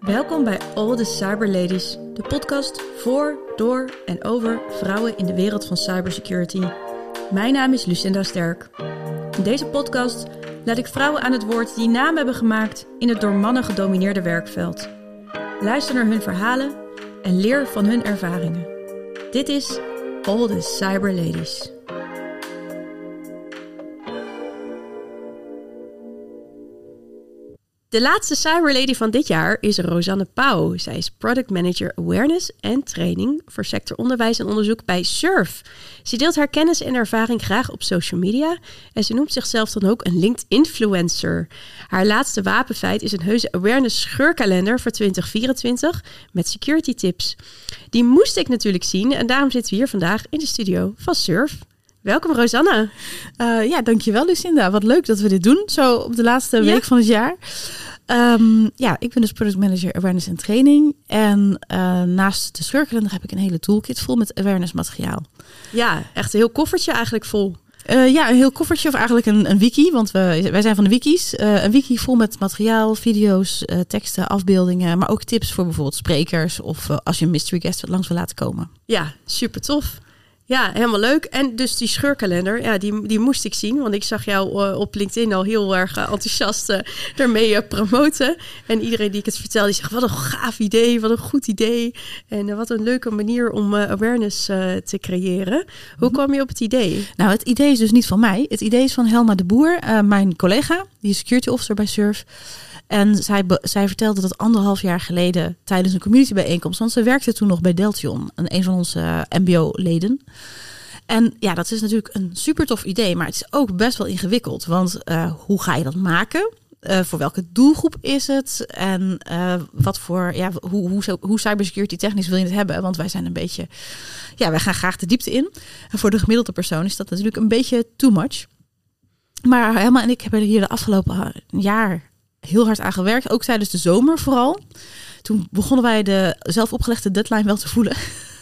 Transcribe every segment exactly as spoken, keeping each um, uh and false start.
Welkom bij All the Cyber Ladies, de podcast voor, door en over vrouwen in de wereld van cybersecurity. Mijn naam is Lucinda Sterk. In deze podcast laat ik vrouwen aan het woord die naam hebben gemaakt in het door mannen gedomineerde werkveld. Luister naar hun verhalen en leer van hun ervaringen. Dit is All the Cyber Ladies. De laatste cyberlady van dit jaar is Rosanne Pauw. Zij is Product Manager Awareness en Training voor sector onderwijs en onderzoek bij Surf. Ze deelt haar kennis en ervaring graag op social media en ze noemt zichzelf dan ook een LinkedInfluencer. Haar laatste wapenfeit is een heuse awareness scheurkalender voor twintig vierentwintig met security tips. Die moest ik natuurlijk zien en daarom zitten we hier vandaag in de studio van Surf. Welkom Rosanne. Uh, ja, dankjewel Lucinda. Wat leuk dat we dit doen, zo op de laatste ja. week van het jaar. Um, ja, ik ben dus Product Manager Awareness en Training. En uh, naast de scheurkalender heb ik een hele toolkit vol met awareness materiaal. Ja, echt een heel koffertje eigenlijk vol. Uh, ja, een heel koffertje of eigenlijk een, een wiki, want we, wij zijn van de wikis. Uh, een wiki vol met materiaal, video's, uh, teksten, afbeeldingen, maar ook tips voor bijvoorbeeld sprekers of uh, als je een mystery guest langs wil laten komen. Ja, super tof. Ja, helemaal leuk. En dus die scheurkalender, ja, die, die moest ik zien. Want ik zag jou uh, op LinkedIn al heel erg uh, enthousiast uh, ermee uh, promoten. En iedereen die ik het vertelde, die zegt, wat een gaaf idee, wat een goed idee. En uh, wat een leuke manier om uh, awareness uh, te creëren. Hoe kwam je op het idee? Nou, het idee is dus niet van mij. Het idee is van Helma de Boer, uh, mijn collega. Die is security officer bij Surf. En zij, be- zij vertelde dat anderhalf jaar geleden tijdens een communitybijeenkomst, want ze werkte toen nog bij Deltion, een, een van onze uh, M B O-leden. En ja, dat is natuurlijk een super tof idee, maar het is ook best wel ingewikkeld. Want uh, hoe ga je dat maken? Uh, voor welke doelgroep is het? En uh, wat voor, ja, hoe, hoe, hoe cybersecurity technisch wil je het hebben? Want wij zijn een beetje, ja, wij gaan graag de diepte in. En voor de gemiddelde persoon is dat natuurlijk een beetje too much. Maar Helma en ik hebben hier de afgelopen jaar heel hard aan gewerkt, ook tijdens de zomer vooral. Toen begonnen wij de zelf opgelegde deadline wel te voelen.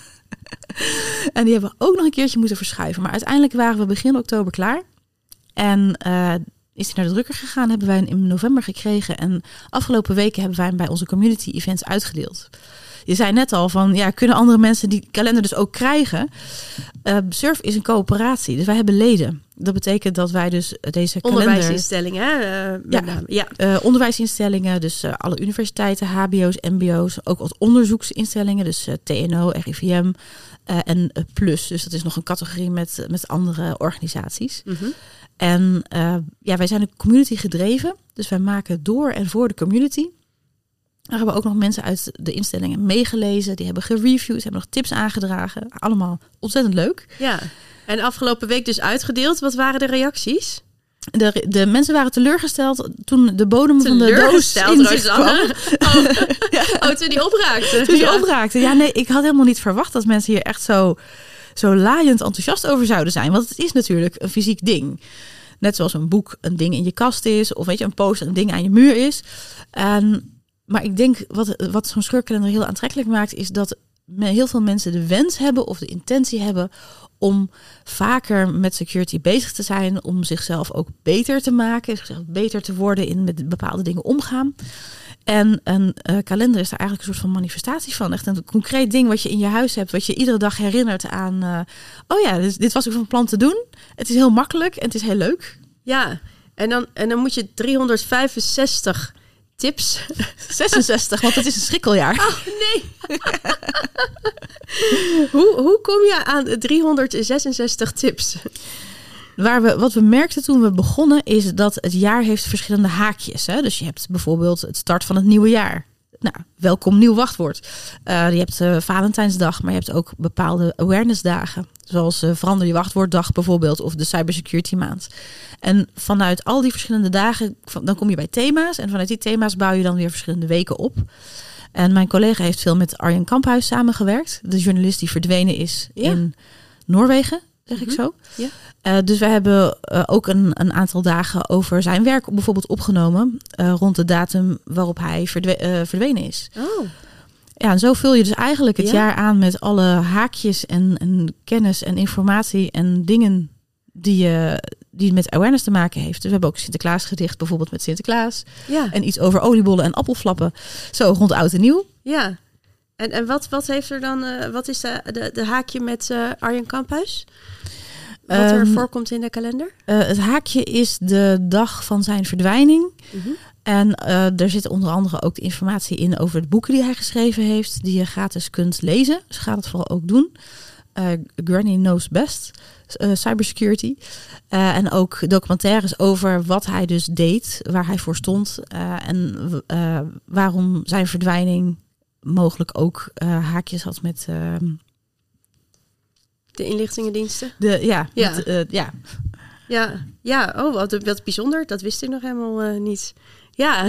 En die hebben we ook nog een keertje moeten verschuiven. Maar uiteindelijk waren we begin oktober klaar. En uh, is die naar de drukker gegaan, hebben wij hem in november gekregen. En afgelopen weken hebben wij hem bij onze community events uitgedeeld. Je zei net al van, ja, kunnen andere mensen die kalender dus ook krijgen? Uh, Surf is een coöperatie, dus wij hebben leden. Dat betekent dat wij dus deze kalender... Onderwijsinstellingen, hè? Uh, met ja, name. ja. Uh, onderwijsinstellingen, dus uh, alle universiteiten, H B O's, M B O's. Ook wat onderzoeksinstellingen, dus uh, T N O, R I V M uh, en uh, Plus. Dus dat is nog een categorie met, met andere organisaties. Mm-hmm. En uh, ja, wij zijn een community gedreven. Dus wij maken door en voor de community. Daar hebben ook nog mensen uit de instellingen meegelezen. Die hebben gereviewd, hebben nog tips aangedragen. Allemaal ontzettend leuk. Ja, en afgelopen week dus uitgedeeld. Wat waren de reacties? De, de mensen waren teleurgesteld toen de bodem van de doos in zich kwam. Oh. ja. oh, toen die opraakte. Toen die ja. opraakte. Ja, nee, ik had helemaal niet verwacht dat mensen hier echt zo, zo laaiend enthousiast over zouden zijn. Want het is natuurlijk een fysiek ding. Net zoals een boek een ding in je kast is. Of weet je, een poster een ding aan je muur is. En... Maar ik denk wat, wat zo'n scheurkalender heel aantrekkelijk maakt, is dat heel veel mensen de wens hebben of de intentie hebben om vaker met security bezig te zijn, om zichzelf ook beter te maken, zichzelf beter te worden in met bepaalde dingen omgaan. En een uh, kalender is daar eigenlijk een soort van manifestatie van. Echt een concreet ding wat je in je huis hebt, wat je iedere dag herinnert aan, uh, oh ja, dit, dit was ik van plan te doen. Het is heel makkelijk en het is heel leuk. Ja, en dan, en dan moet je driehonderdvijfenzestig tips. zesenzestig, want het is een schrikkeljaar. Oh, nee. hoe, hoe kom je aan driehonderdzesenzestig tips? Waar we, wat we merkten toen we begonnen is dat het jaar heeft verschillende haakjes. Hè? Dus je hebt bijvoorbeeld het start van het nieuwe jaar. Nou, welkom nieuw wachtwoord. Uh, je hebt uh, Valentijnsdag, maar je hebt ook bepaalde awarenessdagen. Zoals uh, verander je wachtwoorddag bijvoorbeeld of de cybersecurity maand. En vanuit al die verschillende dagen, dan kom je bij thema's. En vanuit die thema's bouw je dan weer verschillende weken op. En mijn collega heeft veel met Arjen Kamphuis samengewerkt. De journalist die verdwenen is ja. in Noorwegen, zeg mm-hmm. ik zo. Ja. Uh, dus we hebben uh, ook een, een aantal dagen over zijn werk bijvoorbeeld opgenomen. Uh, rond de datum waarop hij verdwe- uh, verdwenen is. Oh. Ja, en zo vul je dus eigenlijk het ja. jaar aan met alle haakjes en, en kennis en informatie en dingen die je, die met awareness te maken heeft. Dus we hebben ook Sinterklaas gedicht, bijvoorbeeld met Sinterklaas. Ja. En iets over oliebollen en appelflappen. Zo rond oud en nieuw. Ja. En, en wat, wat heeft er dan, uh, wat is de, de, de haakje met uh, Arjen Kamphuis? Wat er um, voorkomt in de kalender? Uh, het haakje is de dag van zijn verdwijning. Mm-hmm. En uh, er zit onder andere ook de informatie in over de boeken die hij geschreven heeft, die je gratis kunt lezen. Dus ga dat vooral ook doen. Uh, Granny Knows Best, uh, cybersecurity. Uh, en ook documentaires over wat hij dus deed, waar hij voor stond. Uh, en uh, waarom zijn verdwijning mogelijk ook uh, haakjes had met... Uh, de inlichtingendiensten? De, ja, ja. Met, uh, ja. Ja, ja. Oh, wat, wat bijzonder. Dat wist ik nog helemaal uh, niet. Ja.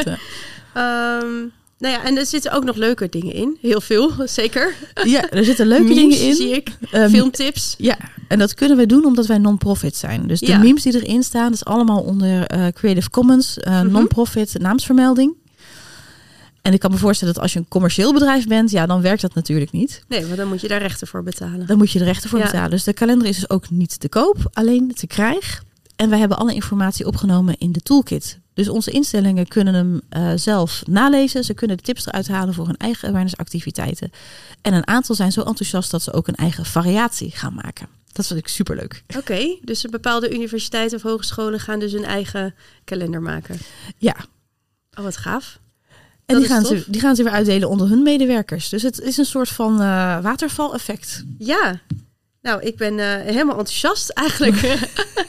um, nou ja, en er zitten ook nog leuke dingen in. Heel veel, zeker. Ja, er zitten leuke memes, dingen in. Zie ik. Um, Filmtips. Ja, en dat kunnen we doen omdat wij non-profit zijn. Dus de ja. memes die erin staan, is allemaal onder uh, Creative Commons, uh, mm-hmm. non-profit naamsvermelding. En ik kan me voorstellen dat als je een commercieel bedrijf bent, ja, dan werkt dat natuurlijk niet. Nee, maar dan moet je daar rechten voor betalen. Dan moet je de rechten voor ja. betalen. Dus de kalender is dus ook niet te koop, alleen te krijgen. En wij hebben alle informatie opgenomen in de toolkit. Dus onze instellingen kunnen hem uh, zelf nalezen. Ze kunnen de tips eruit halen voor hun eigen awareness-activiteiten. En een aantal zijn zo enthousiast dat ze ook een eigen variatie gaan maken. Dat vind ik superleuk. Oké, okay, dus bepaalde universiteiten of hogescholen gaan dus hun eigen kalender maken. Ja. Oh, wat gaaf. En die gaan, ze, die gaan ze weer uitdelen onder hun medewerkers. Dus het is een soort van uh, waterval-effect. Ja. Nou, ik ben uh, helemaal enthousiast eigenlijk.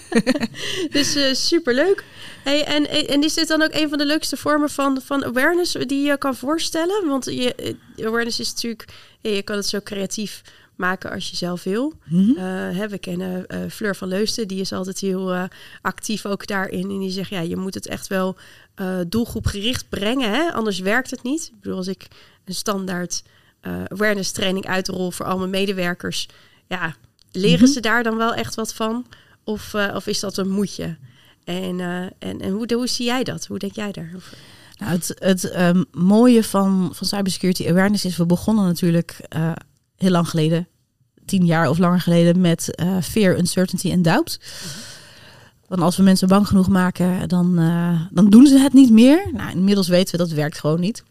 Dus uh, superleuk. Hey, en, en is dit dan ook een van de leukste vormen van, van awareness die je kan voorstellen? Want je, awareness is natuurlijk... Je kan het zo creatief maken als je zelf wil. Mm-hmm. Uh, hè, we kennen uh, Fleur van Leusden. Die is altijd heel uh, actief ook daarin. En die zegt, ja, je moet het echt wel uh, doelgroepgericht brengen. Hè? Anders werkt het niet. Ik bedoel, als ik een standaard uh, awareness training uitrol voor al mijn medewerkers... Ja, leren mm-hmm. ze daar dan wel echt wat van? Of, uh, of is dat een moedje? En, uh, en, en hoe, hoe zie jij dat? Hoe denk jij daarover? Nou, het het um, mooie van, van cybersecurity awareness is... we begonnen natuurlijk uh, heel lang geleden... tien jaar of langer geleden... met uh, fear, uncertainty en doubt. Mm-hmm. Want als we mensen bang genoeg maken... dan, uh, dan doen ze het niet meer. Nou, inmiddels weten we dat het werkt gewoon niet.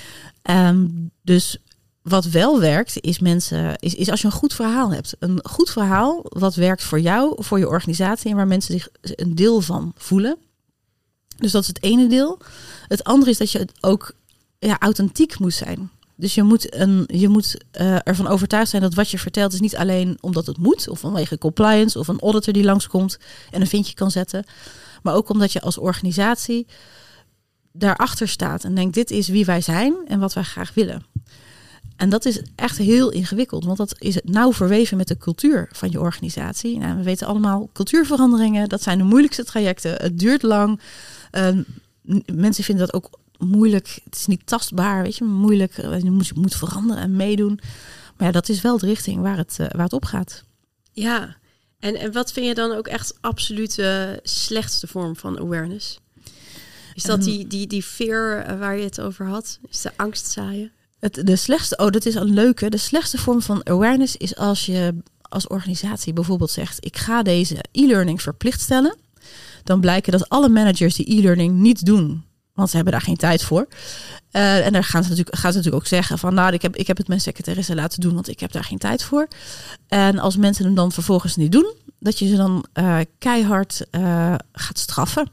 Um, dus... Wat wel werkt, is mensen, is, is als je een goed verhaal hebt. Een goed verhaal wat werkt voor jou, voor je organisatie en waar mensen zich een deel van voelen. Dus dat is het ene deel. Het andere is dat je het ook ja, authentiek moet zijn. Dus je moet, een, je moet uh, ervan overtuigd zijn dat wat je vertelt is niet alleen omdat het moet, of vanwege compliance, of een auditor die langskomt en een vinkje kan zetten. Maar ook omdat je als organisatie daarachter staat en denkt, dit is wie wij zijn en wat wij graag willen. En dat is echt heel ingewikkeld, want dat is nauw verweven met de cultuur van je organisatie. Nou, we weten allemaal, cultuurveranderingen, dat zijn de moeilijkste trajecten. Het duurt lang. Uh, mensen vinden dat ook moeilijk. Het is niet tastbaar, weet je, moeilijk. Je moet, je moet veranderen en meedoen. Maar ja, dat is wel de richting waar het, uh, waar het op gaat. Ja, en, en wat vind je dan ook echt absoluut uh, slechtste vorm van awareness? Is dat um, die, die, die fear uh, waar je het over had? Is de angst zaaien? Het, de slechtste, oh, dat is een leuke. De slechtste vorm van awareness is als je als organisatie bijvoorbeeld zegt, ik ga deze e-learning verplicht stellen. Dan blijken dat alle managers die e-learning niet doen, want ze hebben daar geen tijd voor. Uh, en daar gaan ze natuurlijk, gaan ze natuurlijk ook zeggen van, nou, ik heb, ik heb het mijn secretaresse laten doen, want ik heb daar geen tijd voor. En als mensen hem dan vervolgens niet doen, dat je ze dan uh, keihard uh, gaat straffen.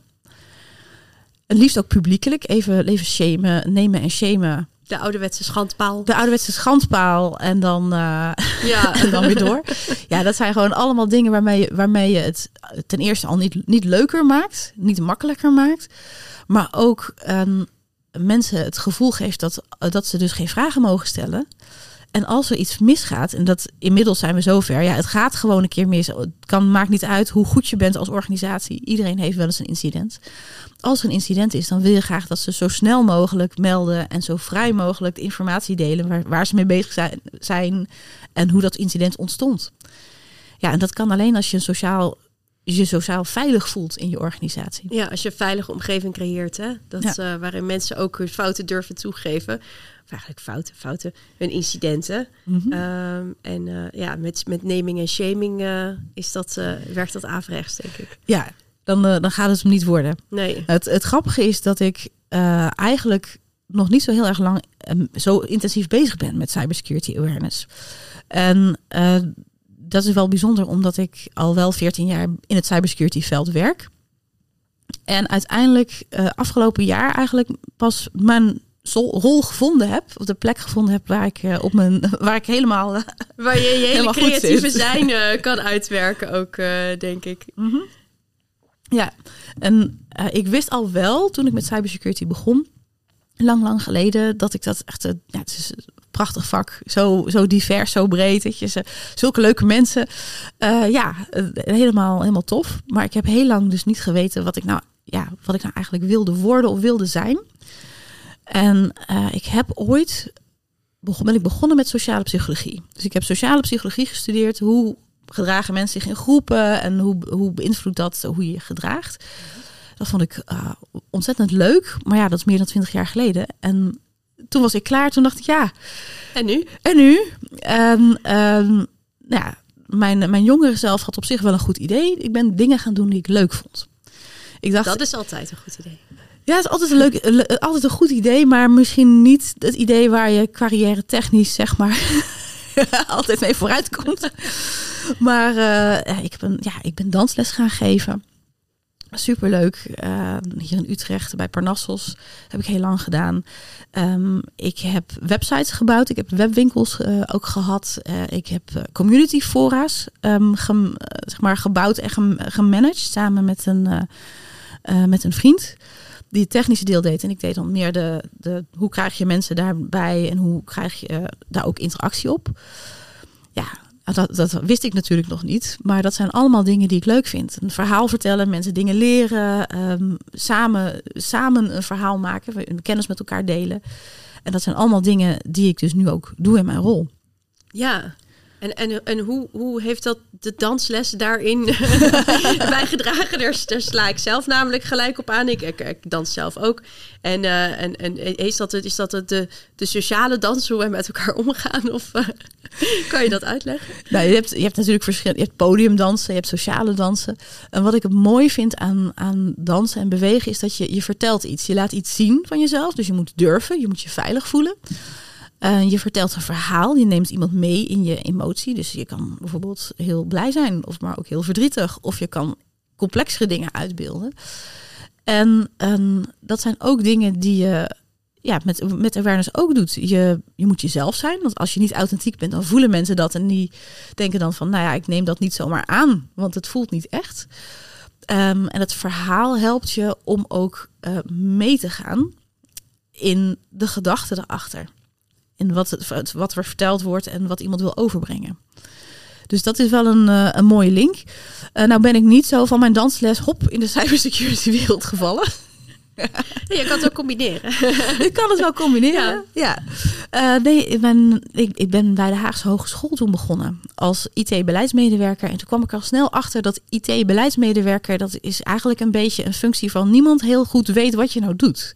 En liefst ook publiekelijk, even, even shamen, nemen en shamen. De ouderwetse schandpaal. De ouderwetse schandpaal en dan, uh, ja. en dan weer door. Ja, dat zijn gewoon allemaal dingen waarmee je, waarmee je het ten eerste al niet, niet leuker maakt. Niet makkelijker maakt. Maar ook um, mensen het gevoel geeft dat, dat ze dus geen vragen mogen stellen. En als er iets misgaat, en dat inmiddels zijn we zover. Ja, het gaat gewoon een keer mis. Het kan, maakt niet uit hoe goed je bent als organisatie. Iedereen heeft wel eens een incident. Als er een incident is, dan wil je graag dat ze zo snel mogelijk melden en zo vrij mogelijk de informatie delen waar, waar ze mee bezig zijn, zijn en hoe dat incident ontstond. Ja, en dat kan alleen als je een sociaal je sociaal veilig voelt in je organisatie. Ja, als je een veilige omgeving creëert, hè? Dat, ja. uh, waarin mensen ook hun fouten durven toegeven. Of eigenlijk fouten, fouten, hun incidenten. Mm-hmm. Um, en uh, ja, met, met naming en shaming uh, is dat, uh, werkt dat averechts, denk ik. Ja, dan, uh, dan gaat het hem niet worden. Nee. Het, het grappige is dat ik uh, eigenlijk nog niet zo heel erg lang um, zo intensief bezig ben met cybersecurity awareness. En uh, dat is wel bijzonder, omdat ik al wel veertien jaar in het cybersecurity veld werk. En uiteindelijk uh, afgelopen jaar eigenlijk pas mijn rol gevonden heb, of de plek gevonden heb waar ik uh, op mijn, waar ik helemaal uh, waar je je hele creatieve zijn uh, kan uitwerken ook, uh, denk ik. Mm-hmm. Ja, en uh, ik wist al wel toen ik met cybersecurity begon, lang, lang geleden, dat ik dat echt, uh, ja, het is een prachtig vak, zo, zo divers, zo breed, weet je, zulke leuke mensen. Uh, ja, uh, helemaal, helemaal tof. Maar ik heb heel lang dus niet geweten wat ik nou, ja, wat ik nou eigenlijk wilde worden of wilde zijn. En uh, ik heb ooit, begon, ben ik begonnen met sociale psychologie. Dus ik heb sociale psychologie gestudeerd. Hoe gedragen mensen zich in groepen en hoe, hoe beïnvloedt dat hoe je je gedraagt? Dat vond ik uh, ontzettend leuk. Maar ja, dat is meer dan twintig jaar geleden. En toen was ik klaar. Toen dacht ik, ja. En nu? En nu? En um, ja, mijn, mijn jongere zelf had op zich wel een goed idee. Ik ben dingen gaan doen die ik leuk vond. Ik dacht, dat is altijd een goed idee. Ja, het is altijd een leuk, le, altijd een goed idee, maar misschien niet het idee waar je carrière technisch, zeg maar, altijd mee vooruit komt. Maar uh, ik, ben, ja, ik ben dansles gaan geven. Superleuk. Uh, hier in Utrecht bij Parnassos heb ik heel lang gedaan. Um, ik heb websites gebouwd. Ik heb webwinkels uh, ook gehad. Uh, ik heb uh, community fora's um, gem, uh, zeg maar gebouwd en gem, gemanaged samen met een, uh, uh, met een vriend die het technische deel deed. En ik deed dan meer de, de hoe krijg je mensen daarbij en hoe krijg je uh, daar ook interactie op. Ja, dat, dat wist ik natuurlijk nog niet. Maar dat zijn allemaal dingen die ik leuk vind. Een verhaal vertellen, mensen dingen leren. Um, samen, samen een verhaal maken. Kennis met elkaar delen. En dat zijn allemaal dingen die ik dus nu ook doe in mijn rol. Ja, en, en, en hoe, hoe heeft dat de dansles daarin bijgedragen? Daar, daar sla ik zelf namelijk gelijk op aan. Ik, ik, ik dans zelf ook. En, uh, en, en is dat, het, is dat het de, de sociale dans, hoe wij met elkaar omgaan? Of uh, kan je dat uitleggen? Nou, je hebt, je hebt natuurlijk verschillende. Je hebt podiumdansen, je hebt sociale dansen. En wat ik het mooi vind aan, aan dansen en bewegen is dat je, je vertelt iets. Je laat iets zien van jezelf. Dus je moet durven, je moet je veilig voelen. Uh, je vertelt een verhaal, je neemt iemand mee in je emotie. Dus je kan bijvoorbeeld heel blij zijn, of maar ook heel verdrietig. Of je kan complexere dingen uitbeelden. En um, dat zijn ook dingen die je ja, met, met awareness ook doet. Je, je moet jezelf zijn, want als je niet authentiek bent, dan voelen mensen dat. En die denken dan van, nou ja, ik neem dat niet zomaar aan, want het voelt niet echt. Um, en het verhaal helpt je om ook uh, mee te gaan in de gedachten erachter. In wat, het, wat er verteld wordt en wat iemand wil overbrengen. Dus dat is wel een, uh, een mooie link. Uh, nou ben ik niet zo van mijn dansles hop in de cybersecurity wereld gevallen. Ja, je kan het wel combineren. Ik kan het wel combineren, ja. ja. Uh, nee, ik ben, ik, ik ben bij de Haagse Hogeschool toen begonnen als I T-beleidsmedewerker. En toen kwam ik al snel achter dat I T-beleidsmedewerker, dat is eigenlijk een beetje een functie van niemand heel goed weet wat je nou doet.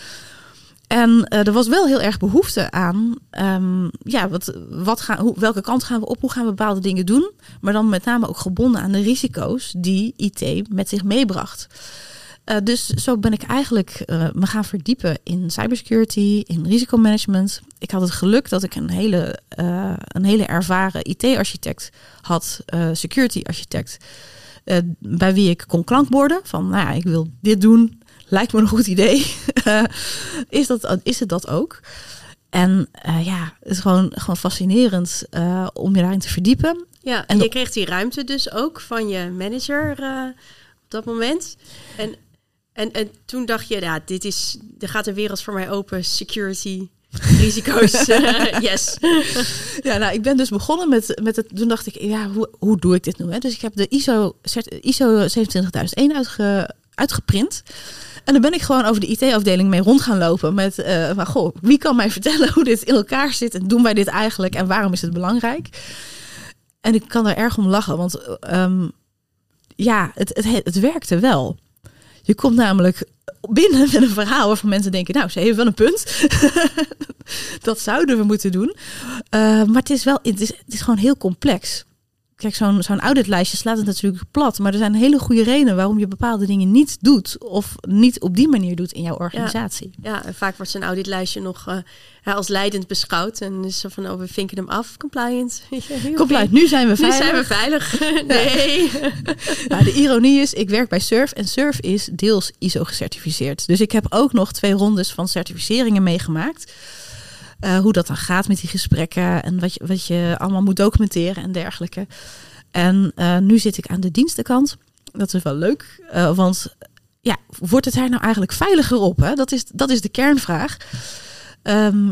En uh, er was wel heel erg behoefte aan, um, ja, wat, wat gaan, hoe, welke kant gaan we op, hoe gaan we bepaalde dingen doen. Maar dan met name ook gebonden aan de risico's die I T met zich meebracht. Uh, dus zo ben ik eigenlijk uh, me gaan verdiepen in cybersecurity, in risicomanagement. Ik had het geluk dat ik een hele, uh, een hele ervaren I T-architect had, uh, security-architect, uh, bij wie ik kon klankborden van, nou ja, ik wil dit doen. Lijkt me een goed idee. Uh, is, dat, is het dat ook? En uh, ja, het is gewoon, gewoon fascinerend uh, om je daarin te verdiepen. Ja, en je de... kreeg die ruimte dus ook van je manager uh, op dat moment. En, en, en toen dacht je, ja, dit is, er gaat een wereld voor mij open. Security, risico's, uh, yes. Ja, nou, ik ben dus begonnen met, met het. Toen dacht ik, ja, hoe, hoe doe ik dit nu? Hè? Dus ik heb de I S O, I S O zevenentwintigduizend één uitge, uitgeprint. En dan ben ik gewoon over de I T-afdeling mee rond gaan lopen met, uh, maar goh, wie kan mij vertellen hoe dit in elkaar zit en doen wij dit eigenlijk en waarom is het belangrijk? En ik kan daar erg om lachen, want um, ja, het, het, het werkte wel. Je komt namelijk binnen met een verhaal waarvan mensen denken, nou, ze heeft wel een punt. Dat zouden we moeten doen. Uh, maar het is wel, het is, het is gewoon heel complex. Kijk, zo'n, zo'n auditlijstje slaat het natuurlijk plat. Maar er zijn hele goede redenen waarom je bepaalde dingen niet doet. Of niet op die manier doet in jouw organisatie. Ja, ja en vaak wordt zo'n auditlijstje nog uh, ja, als leidend beschouwd. En is zo van, oh, we vinken hem af. Compliant. Compliant, nu zijn we veilig. Nu zijn we veilig. Nee. Nou, de ironie is, ik werk bij Surf. En Surf is deels I S O gecertificeerd. Dus ik heb ook nog twee rondes van certificeringen meegemaakt. Uh, hoe dat dan gaat met die gesprekken en wat je, wat je allemaal moet documenteren en dergelijke. En uh, nu zit ik aan de dienstenkant. Dat is wel leuk, uh, want ja, wordt het er nou eigenlijk veiliger op? Hè? Dat is, dat is de kernvraag. Um,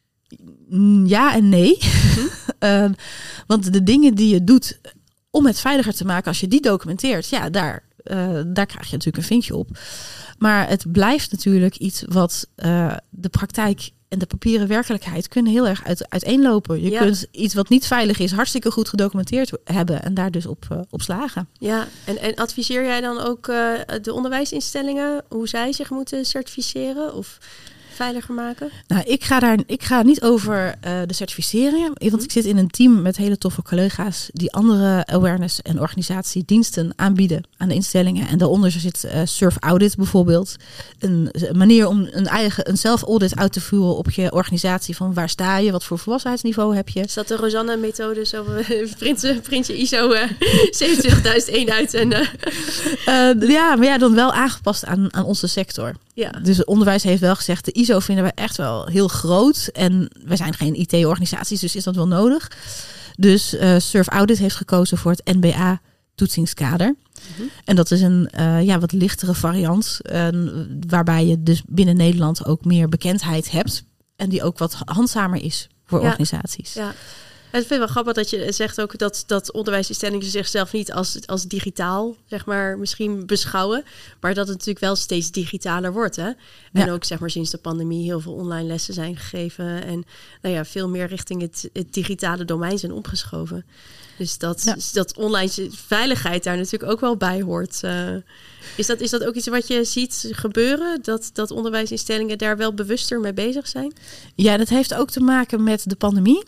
ja en nee. Mm-hmm. uh, want de dingen die je doet om het veiliger te maken, als je die documenteert, ja, daar, uh, daar krijg je natuurlijk een vinkje op. Maar het blijft natuurlijk iets wat uh, de praktijk en de papieren werkelijkheid kunnen heel erg uit, uiteenlopen. Je ja. kunt iets wat niet veilig is hartstikke goed gedocumenteerd hebben en daar dus op, uh, op slagen. Ja, en, en adviseer jij dan ook uh, de onderwijsinstellingen hoe zij zich moeten certificeren of veiliger maken? Nou, ik ga daar ik ga niet over uh, de certificeringen, want mm. ik zit in een team met hele toffe collega's die andere awareness en organisatiediensten aanbieden aan de instellingen. En daaronder zit uh, Surf Audit bijvoorbeeld. Een, een manier om een eigen een self-audit uit te voeren op je organisatie van waar sta je, wat voor volwassenheidsniveau heb je. Is dat de Rosanne-methode? Zo uh, print, print je I S O uh, zevenentwintigduizend één uit en uh... Uh, ja, maar ja, dan wel aangepast aan, aan onze sector. Ja. Dus het onderwijs heeft wel gezegd, de I S O vinden we echt wel heel groot. En we zijn geen I T-organisaties, dus is dat wel nodig. Dus uh, Surf Audit heeft gekozen voor het N B A-toetsingskader. Mm-hmm. En dat is een uh, ja, wat lichtere variant. Uh, waarbij je dus binnen Nederland ook meer bekendheid hebt. En die ook wat handzamer is voor ja. organisaties. Ja. Het vind ik wel grappig dat je zegt ook dat, dat onderwijsinstellingen zichzelf niet als, als digitaal, zeg maar, misschien beschouwen. Maar dat het natuurlijk wel steeds digitaler wordt. Hè? En ja. ook, zeg maar, sinds de pandemie heel veel online lessen zijn gegeven. En nou ja, veel meer richting het, het digitale domein zijn opgeschoven. Dus dat, ja. dat online veiligheid daar natuurlijk ook wel bij hoort. Uh, is, dat, is dat ook iets wat je ziet gebeuren? Dat, dat onderwijsinstellingen daar wel bewuster mee bezig zijn? Ja, dat heeft ook te maken met de pandemie.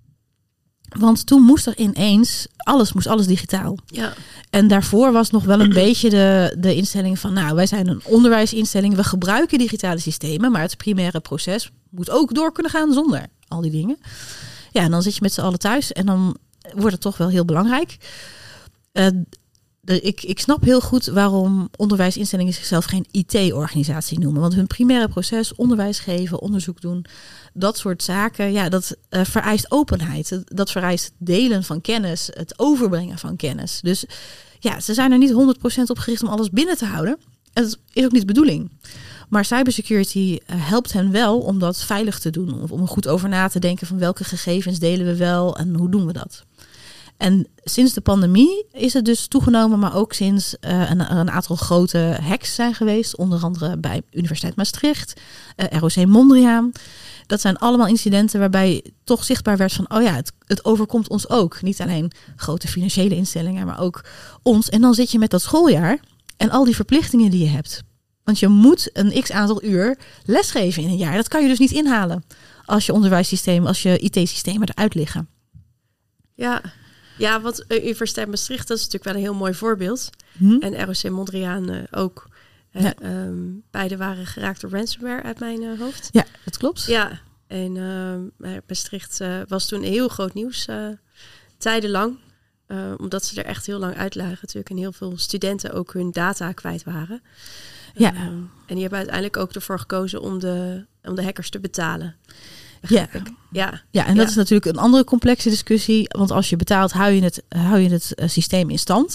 Want toen moest er ineens, alles moest alles digitaal. Ja. En daarvoor was nog wel een beetje de, de instelling van, nou, wij zijn een onderwijsinstelling. We gebruiken digitale systemen, maar het primaire proces moet ook door kunnen gaan zonder al die dingen. Ja, en dan zit je met z'n allen thuis en dan wordt het toch wel heel belangrijk. Uh, de, ik, ik snap heel goed waarom onderwijsinstellingen zichzelf geen I T-organisatie noemen. Want hun primaire proces, onderwijs geven, onderzoek doen, dat soort zaken, ja, dat uh, vereist openheid. Dat vereist delen van kennis, het overbrengen van kennis. Dus ja, ze zijn er niet honderd procent op gericht om alles binnen te houden. En dat is ook niet de bedoeling. Maar cybersecurity uh, helpt hen wel om dat veilig te doen. Of om er goed over na te denken van welke gegevens delen we wel en hoe doen we dat. En sinds de pandemie is het dus toegenomen, maar ook sinds uh, een, een aantal grote hacks zijn geweest. Onder andere bij Universiteit Maastricht, uh, R O C Mondriaan. Dat zijn allemaal incidenten waarbij toch zichtbaar werd van, oh ja, het, het overkomt ons ook. Niet alleen grote financiële instellingen, maar ook ons. En dan zit je met dat schooljaar en al die verplichtingen die je hebt. Want je moet een x aantal uur lesgeven in een jaar. Dat kan je dus niet inhalen als je onderwijssysteem, als je I T-systemen eruit liggen. Ja, ja, want uh, Universiteit Maastricht, dat is natuurlijk wel een heel mooi voorbeeld. Hm? En R O C Mondriaan uh, ook. Ja. Uh, um, beide waren geraakt door ransomware uit mijn uh, hoofd. Ja, dat klopt. Ja, en uh, Maastricht uh, was toen heel groot nieuws, uh, tijdenlang. Uh, omdat ze er echt heel lang uit lagen natuurlijk. En heel veel studenten ook hun data kwijt waren. Ja. Uh, en die hebben uiteindelijk ook ervoor gekozen om de, om de hackers te betalen. Ja. Ja. ja, en dat ja. is natuurlijk een andere complexe discussie. Want als je betaalt, hou je het, hou je het uh, systeem in stand.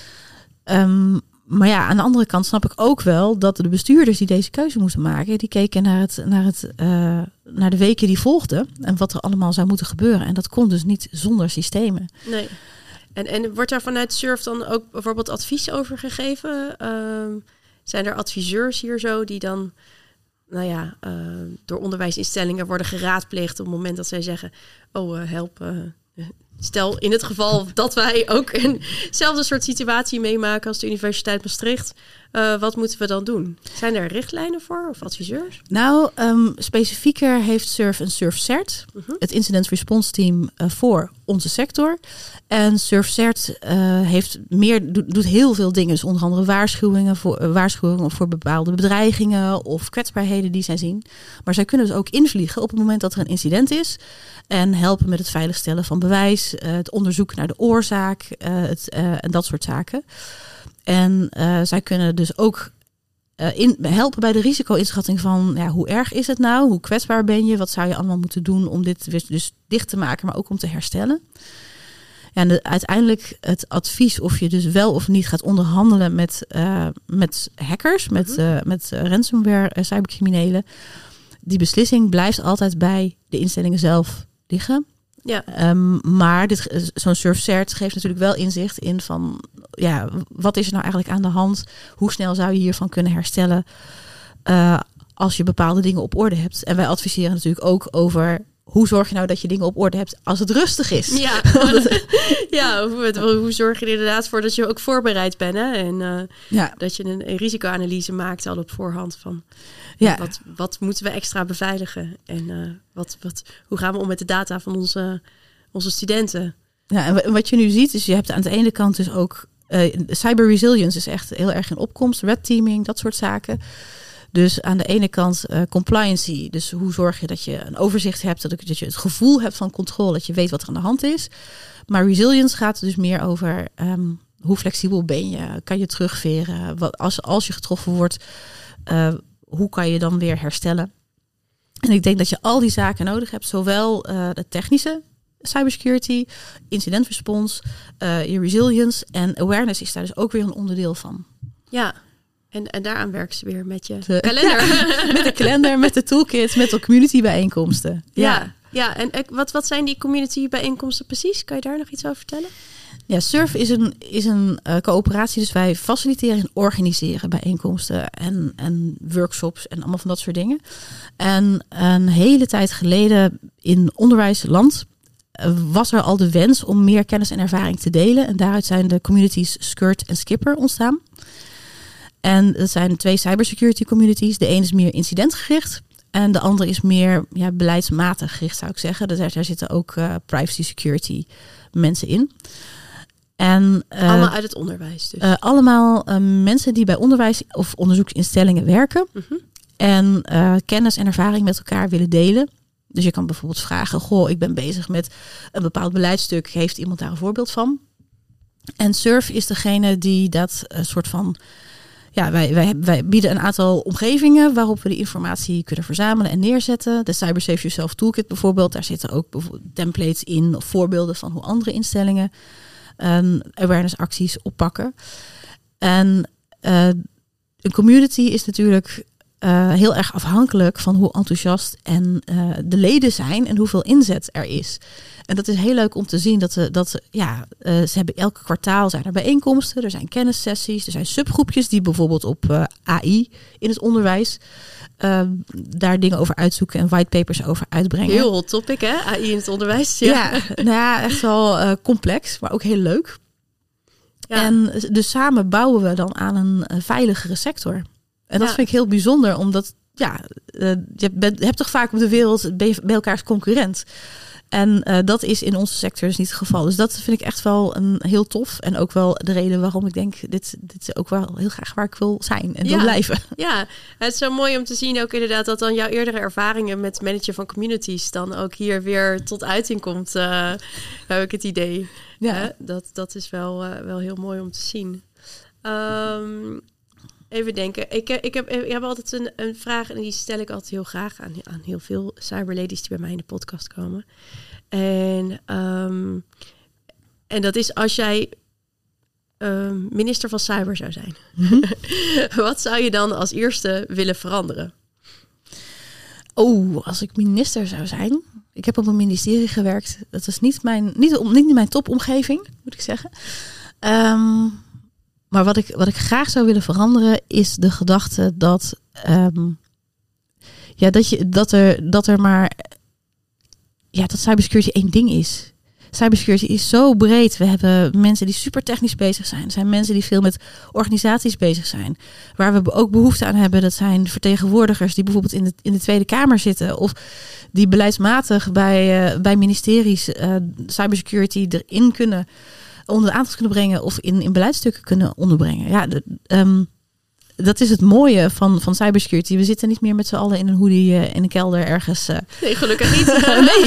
Um, maar ja, aan de andere kant snap ik ook wel dat de bestuurders die deze keuze moesten maken, die keken naar, het, naar, het, uh, naar de weken die volgden en wat er allemaal zou moeten gebeuren. En dat kon dus niet zonder systemen. Nee. En, en wordt daar vanuit Surf dan ook bijvoorbeeld advies over gegeven? Uh, zijn er adviseurs hier zo die dan, nou ja, uh, door onderwijsinstellingen worden geraadpleegd op het moment dat zij zeggen, oh uh, help, uh, stel in het geval dat wij ook eenzelfde soort situatie meemaken als de Universiteit Maastricht. Uh, wat moeten we dan doen? Zijn er richtlijnen voor of adviseurs? Nou, um, specifieker heeft SURF een SURF-CERT, uh-huh. het Incident Response Team uh, voor onze sector. En SURF-CERT uh, heeft meer, doet, doet heel veel dingen. Dus onder andere waarschuwingen voor, uh, waarschuwingen voor bepaalde bedreigingen of kwetsbaarheden die zij zien. Maar zij kunnen dus ook invliegen op het moment dat er een incident is. En helpen met het veiligstellen van bewijs, uh, het onderzoek naar de oorzaak uh, het, uh, en dat soort zaken. En uh, zij kunnen dus ook uh, in, helpen bij de risico-inschatting van ja, hoe erg is het nou? Hoe kwetsbaar ben je? Wat zou je allemaal moeten doen om dit dus, dus dicht te maken, maar ook om te herstellen? En de, uiteindelijk het advies of je dus wel of niet gaat onderhandelen met, uh, met hackers, met, uh, met uh, ransomware, uh, cybercriminelen. Die beslissing blijft altijd bij de instellingen zelf liggen. Ja. Um, maar dit, zo'n SURF-CERT geeft natuurlijk wel inzicht in van ja, wat is er nou eigenlijk aan de hand? Hoe snel zou je hiervan kunnen herstellen uh, als je bepaalde dingen op orde hebt? En wij adviseren natuurlijk ook over hoe zorg je nou dat je dingen op orde hebt als het rustig is? Ja, ja hoe, hoe zorg je er inderdaad voor dat je ook voorbereid bent? Hè? En uh, ja. dat je een, een risicoanalyse maakt al op voorhand van ja. wat, wat moeten we extra beveiligen? En uh, wat, wat, hoe gaan we om met de data van onze, onze studenten? Ja, en wat je nu ziet is je hebt aan de ene kant dus ook uh, cyber resilience is echt heel erg in opkomst, red teaming, dat soort zaken. Dus aan de ene kant uh, compliancy. Dus hoe zorg je dat je een overzicht hebt, dat, dat je het gevoel hebt van controle, dat je weet wat er aan de hand is. Maar resilience gaat dus meer over um, hoe flexibel ben je? Kan je terugveren? Wat, als, als je getroffen wordt, uh, hoe kan je dan weer herstellen? En ik denk dat je al die zaken nodig hebt. Zowel uh, de technische cybersecurity, incident response, uh, je resilience en awareness is daar dus ook weer een onderdeel van. Ja. En, en daaraan werken ze weer met je de, kalender. Ja, met de kalender, met de toolkits, met de community bijeenkomsten. Ja, ja, ja. En wat, wat zijn die community bijeenkomsten precies? Kan je daar nog iets over vertellen? Ja, SURF is een, is een uh, coöperatie. Dus wij faciliteren en organiseren bijeenkomsten en, en workshops en allemaal van dat soort dingen. En een hele tijd geleden in onderwijsland uh, was er al de wens om meer kennis en ervaring te delen. En daaruit zijn de communities Skirt en Skipper ontstaan. En dat zijn twee cybersecurity communities. De een is meer incidentgericht en de andere is meer ja, beleidsmatig gericht, zou ik zeggen. Daar, daar zitten ook uh, privacy security mensen in. En, uh, allemaal uit het onderwijs dus? Uh, allemaal uh, mensen die bij onderwijs of onderzoeksinstellingen werken. Uh-huh. En uh, kennis en ervaring met elkaar willen delen. Dus je kan bijvoorbeeld vragen, goh, ik ben bezig met een bepaald beleidstuk. Heeft iemand daar een voorbeeld van? En SURF is degene die dat uh, soort van... Ja, wij, wij, wij bieden een aantal omgevingen waarop we die informatie kunnen verzamelen en neerzetten. De Cyber Save Yourself Toolkit bijvoorbeeld. Daar zitten ook bijvoorbeeld templates in of voorbeelden van hoe andere instellingen um, awareness acties oppakken. En uh, een community is natuurlijk uh, heel erg afhankelijk van hoe enthousiast en uh, de leden zijn en hoeveel inzet er is. En dat is heel leuk om te zien dat ze, dat ze ja, uh, ze hebben elke kwartaal zijn er bijeenkomsten, er zijn kennissessies, er zijn subgroepjes die bijvoorbeeld op uh, A I in het onderwijs uh, daar dingen over uitzoeken en whitepapers over uitbrengen. Heel hot topic, hè? A I in het onderwijs. Ja, ja, nou ja echt wel uh, complex, maar ook heel leuk. Ja. En dus samen bouwen we dan aan een uh, veiligere sector. En dat ja. vind ik heel bijzonder, omdat ja, uh, je bent, hebt toch vaak op de wereld ben je bij elkaars concurrent. En uh, dat is in onze sector dus niet het geval. Dus dat vind ik echt wel een heel tof. En ook wel de reden waarom ik denk, dit, dit is ook wel heel graag waar ik wil zijn en ja. wil blijven. Ja, het is zo mooi om te zien ook inderdaad dat dan jouw eerdere ervaringen met managen van communities dan ook hier weer tot uiting komt. Uh, heb ik het idee. Ja. Uh, dat, dat is wel, uh, wel heel mooi om te zien. Um, Even denken. Ik, ik, heb, ik heb altijd een, een vraag en die stel ik altijd heel graag aan, aan heel veel cyberladies die bij mij in de podcast komen. En, um, en dat is als jij um, minister van Cyber zou zijn. Mm-hmm. Wat zou je dan als eerste willen veranderen? Oh, als ik minister zou zijn. Ik heb op een ministerie gewerkt. Dat is niet mijn, niet, niet mijn topomgeving, moet ik zeggen. Um, Maar wat ik, wat ik graag zou willen veranderen is de gedachte dat, um, ja, dat, je, dat, er, dat er maar ja, dat cybersecurity één ding is. cybersecurity is zo breed. We hebben mensen die super technisch bezig zijn. Er zijn mensen die veel met organisaties bezig zijn. Waar we ook behoefte aan hebben, dat zijn vertegenwoordigers die bijvoorbeeld in de, in de Tweede Kamer zitten. Of die beleidsmatig bij, uh, bij ministeries uh, cybersecurity erin kunnen, onder de aandacht kunnen brengen of in, in beleidsstukken kunnen onderbrengen. Ja, de, um, dat is het mooie van, van cybersecurity. We zitten niet meer met z'n allen in een hoodie uh, in een kelder ergens. Uh, nee, gelukkig niet. nee.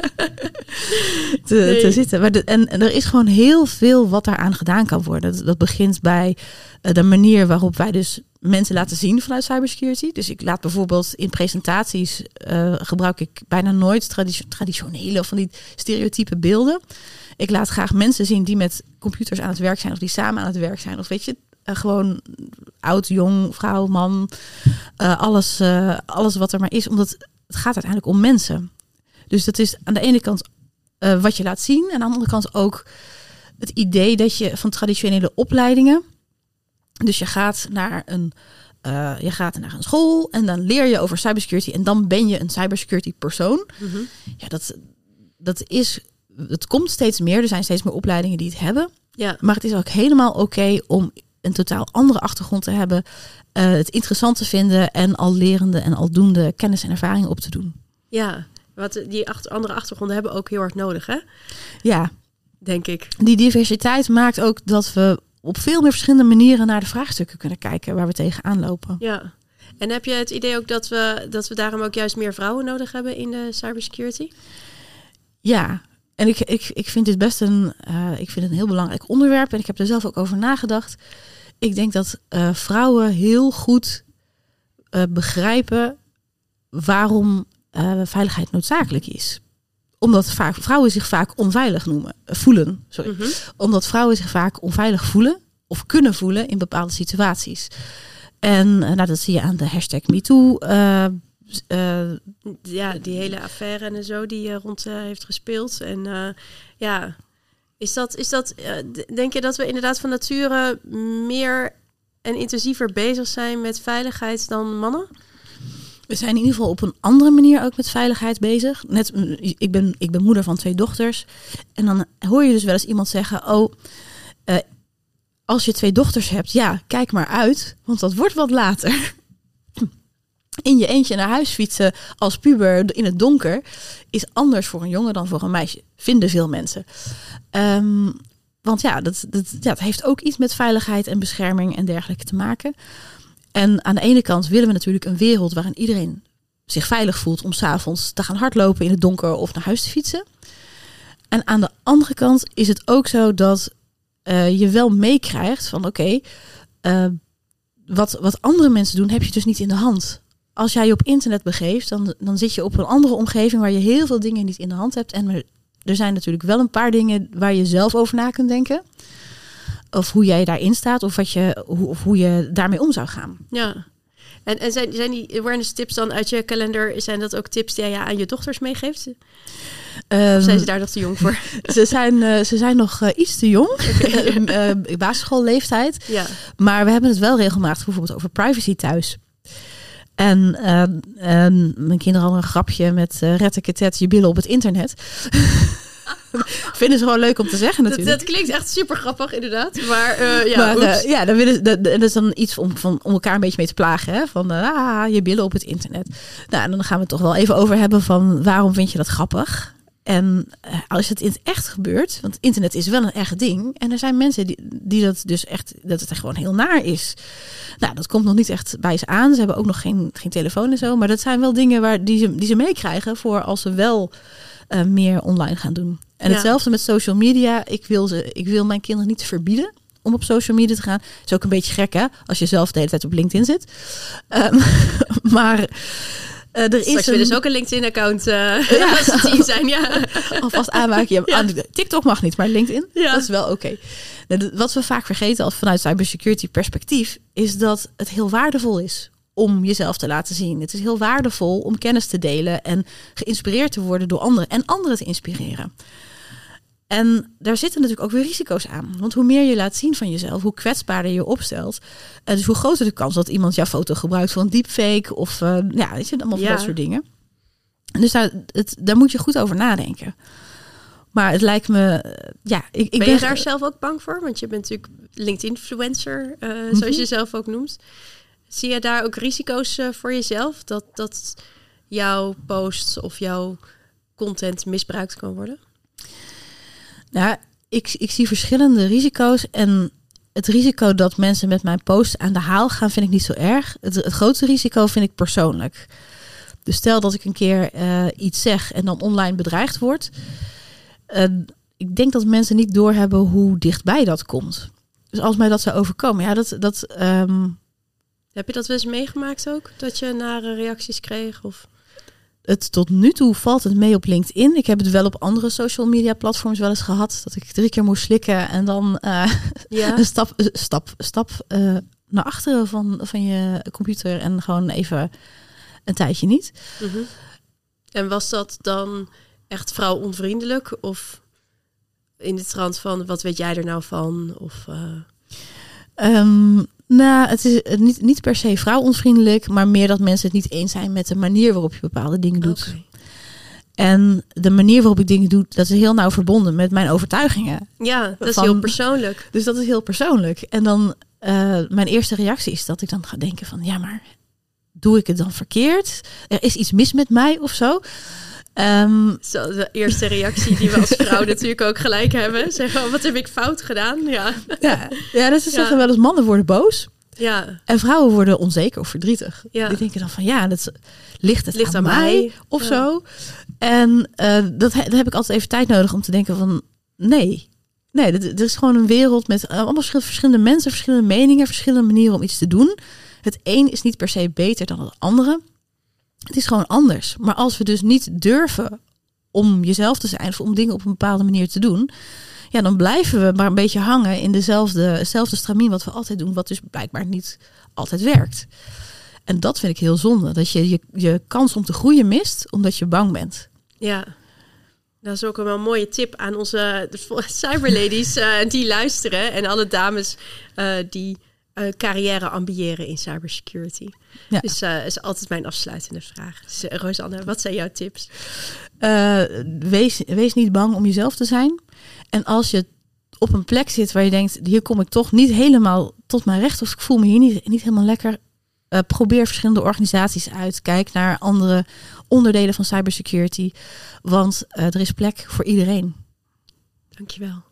te, nee. te zitten. Maar de, en, en er is gewoon heel veel wat daaraan gedaan kan worden. Dat, dat begint bij uh, de manier waarop wij dus mensen laten zien vanuit cybersecurity. Dus ik laat bijvoorbeeld in presentaties uh, gebruik ik bijna nooit tradi- traditionele of van die stereotype beelden. Ik laat graag mensen zien die met computers aan het werk zijn of die samen aan het werk zijn. Of weet je, uh, gewoon oud, jong, vrouw, man, uh, alles, uh, alles wat er maar is. Omdat het gaat uiteindelijk om mensen. Dus dat is aan de ene kant uh, wat je laat zien. En aan de andere kant ook het idee dat je van traditionele opleidingen. Dus je gaat naar een, uh, je gaat naar een school en dan leer je over cybersecurity. En dan ben je een cybersecurity persoon. Mm-hmm. Ja, dat, dat is, het komt steeds meer. Er zijn steeds meer opleidingen die het hebben. Ja. Maar het is ook helemaal oké okay om een totaal andere achtergrond te hebben. Uh, het interessant te vinden en al lerende en al doende kennis en ervaring op te doen. Ja, wat die achter, andere achtergronden hebben ook heel hard nodig, hè? Ja. Denk ik. Die diversiteit maakt ook dat we op veel meer verschillende manieren naar de vraagstukken kunnen kijken waar we tegenaan lopen. Ja. En heb je het idee ook dat we, dat we daarom ook juist meer vrouwen nodig hebben in de cybersecurity? Ja. En ik, ik, ik vind dit best een, uh, ik vind het een heel belangrijk onderwerp. En ik heb er zelf ook over nagedacht. Ik denk dat uh, vrouwen heel goed uh, begrijpen waarom uh, veiligheid noodzakelijk is. Omdat vaak, vrouwen zich vaak onveilig noemen, uh, voelen. Sorry. Mm-hmm. Omdat vrouwen zich vaak onveilig voelen of kunnen voelen in bepaalde situaties. En uh, nou, dat zie je aan de hashtag MeToo. Uh, Uh, ja, die hele affaire en zo die uh, rond uh, heeft gespeeld. En uh, ja, is dat, is dat uh, denk je dat we inderdaad van nature meer en intensiever bezig zijn met veiligheid dan mannen? We zijn in ieder geval op een andere manier ook met veiligheid bezig. Net, ik ben, ik ben moeder van twee dochters. En dan hoor je dus wel eens iemand zeggen, oh, uh, als je twee dochters hebt, ja, kijk maar uit, want dat wordt wat later. In je eentje naar huis fietsen als puber in het donker is anders voor een jongen dan voor een meisje, vinden veel mensen. Um, want ja dat, dat, ja, dat heeft ook iets met veiligheid en bescherming en dergelijke te maken. En aan de ene kant willen we natuurlijk een wereld waarin iedereen zich veilig voelt om 's avonds te gaan hardlopen in het donker of naar huis te fietsen. En aan de andere kant is het ook zo dat uh, je wel meekrijgt van oké, okay, uh, wat, wat andere mensen doen heb je dus niet in de hand. Als jij je op internet begeeft, dan, dan zit je op een andere omgeving waar je heel veel dingen niet in de hand hebt. En er zijn natuurlijk wel een paar dingen waar je zelf over na kunt denken. Of hoe jij daarin staat, of, wat je, hoe, of hoe je daarmee om zou gaan. Ja, en, en zijn, zijn die awareness tips dan uit je kalender, zijn dat ook tips die je aan je dochters meegeeft? Um, of zijn ze daar nog te jong voor? Ze zijn, uh, ze zijn nog uh, iets te jong, okay. uh, basisschoolleeftijd. Ja. Maar we hebben het wel regelmatig bijvoorbeeld over privacy thuis. En uh, uh, mijn kinderen hadden een grapje met uh, retteketet je billen op het internet. Vinden ze gewoon leuk om te zeggen natuurlijk. Dat, dat klinkt echt super grappig inderdaad. Maar uh, ja, maar, uh, ja, dan willen, dat, dat is dan iets om, van, om elkaar een beetje mee te plagen. Hè? Van uh, ah, je billen op het internet. Nou, en dan gaan we het toch wel even over hebben van waarom vind je dat grappig? En uh, als het in het echt gebeurt, want internet is wel een echt ding. En er zijn mensen die, die dat dus echt, dat het echt gewoon heel naar is. Nou, dat komt nog niet echt bij ze aan. Ze hebben ook nog geen, geen telefoon en zo. Maar dat zijn wel dingen waar, die ze, die ze meekrijgen voor als ze wel uh, meer online gaan doen. En ja. Hetzelfde met social media. Ik wil, ze, ik wil mijn kinderen niet verbieden om op social media te gaan. Is ook een beetje gek, hè? Als je zelf de hele tijd op LinkedIn zit. Um, maar... Uh, er Straks is een... dus ook een LinkedIn-account uh, ja. als ze tien zijn. Ja. Alvast aanmaken. Ja, ja. TikTok mag niet, maar LinkedIn, ja. Dat is wel oké. Okay. Wat we vaak vergeten als vanuit cybersecurity perspectief, is dat het heel waardevol is om jezelf te laten zien. Het is heel waardevol om kennis te delen en geïnspireerd te worden door anderen en anderen te inspireren. En daar zitten natuurlijk ook weer risico's aan. Want hoe meer je laat zien van jezelf, hoe kwetsbaarder je opstelt. Uh, dus hoe groter de kans dat iemand jouw foto gebruikt voor een deepfake. Of uh, ja, weet je, allemaal ja. dat soort dingen. Dus daar, het, daar moet je goed over nadenken. Maar het lijkt me... Ja, ik, ik ben, ben je daar zelf ook bang voor? Want je bent natuurlijk LinkedIn-influencer, uh, mm-hmm. zoals je zelf ook noemt. Zie je daar ook risico's uh, voor jezelf? Dat, dat jouw posts of jouw content misbruikt kan worden? Nou, ik, ik zie verschillende risico's. En het risico dat mensen met mijn post aan de haal gaan, vind ik niet zo erg. Het, het grootste risico vind ik persoonlijk. Dus stel dat ik een keer uh, iets zeg en dan online bedreigd word. Uh, ik denk dat mensen niet doorhebben hoe dichtbij dat komt. Dus als mij dat zou overkomen, ja, dat... dat um... Heb je dat wel eens meegemaakt ook? Dat je nare reacties kreeg? Of... Het, tot nu toe valt het mee op LinkedIn. Ik heb het wel op andere social media platforms wel eens gehad. Dat ik drie keer moest slikken en dan uh, ja. een stap, stap, stap uh, naar achteren van, van je computer. En gewoon even een tijdje niet. Mm-hmm. En was dat dan echt vrouwonvriendelijk? Of in de trant van, wat weet jij er nou van? Of... Uh... Um, Nou, het is niet, niet per se vrouwonvriendelijk, maar meer dat mensen het niet eens zijn met de manier waarop je bepaalde dingen doet. Okay. En de manier waarop ik dingen doe, dat is heel nauw verbonden met mijn overtuigingen. Ja, dat van, is heel persoonlijk. Dus dat is heel persoonlijk. En dan, uh, mijn eerste reactie is dat ik dan ga denken van, ja, maar doe ik het dan verkeerd? Er is iets mis met mij of zo. Um, zo, de eerste reactie die we als vrouw natuurlijk ook gelijk hebben. Zeggen, oh, wat heb ik fout gedaan? Ja, ja, ja dus ze zeggen ja. wel eens, mannen worden boos. Ja. En vrouwen worden onzeker of verdrietig. Ja. Die denken dan van, ja, dat ligt het ligt aan, aan mij, mij of ja. zo. En uh, dat, he, daar heb ik altijd even tijd nodig om te denken van, nee. Nee, er is gewoon een wereld met uh, allemaal verschillende mensen, verschillende meningen, verschillende manieren om iets te doen. Het een is niet per se beter dan het andere. Het is gewoon anders. Maar als we dus niet durven om jezelf te zijn of om dingen op een bepaalde manier te doen, ja, dan blijven we maar een beetje hangen in dezelfde, dezelfde stramien wat we altijd doen, wat dus blijkbaar niet altijd werkt. En dat vind ik heel zonde, dat je je, je kans om te groeien mist, omdat je bang bent. Ja, dat is ook wel een mooie tip aan onze cyberladies uh, die luisteren en alle dames uh, die Uh, carrière ambiëren in cybersecurity. Ja. Dus dat uh, is altijd mijn afsluitende vraag. Dus, uh, Rosanne, wat zijn jouw tips? Uh, wees, wees niet bang om jezelf te zijn. En als je op een plek zit waar je denkt, hier kom ik toch niet helemaal tot mijn recht, of ik voel me hier niet, niet helemaal lekker, uh, probeer verschillende organisaties uit. Kijk naar andere onderdelen van cybersecurity. Want uh, er is plek voor iedereen. Dankjewel.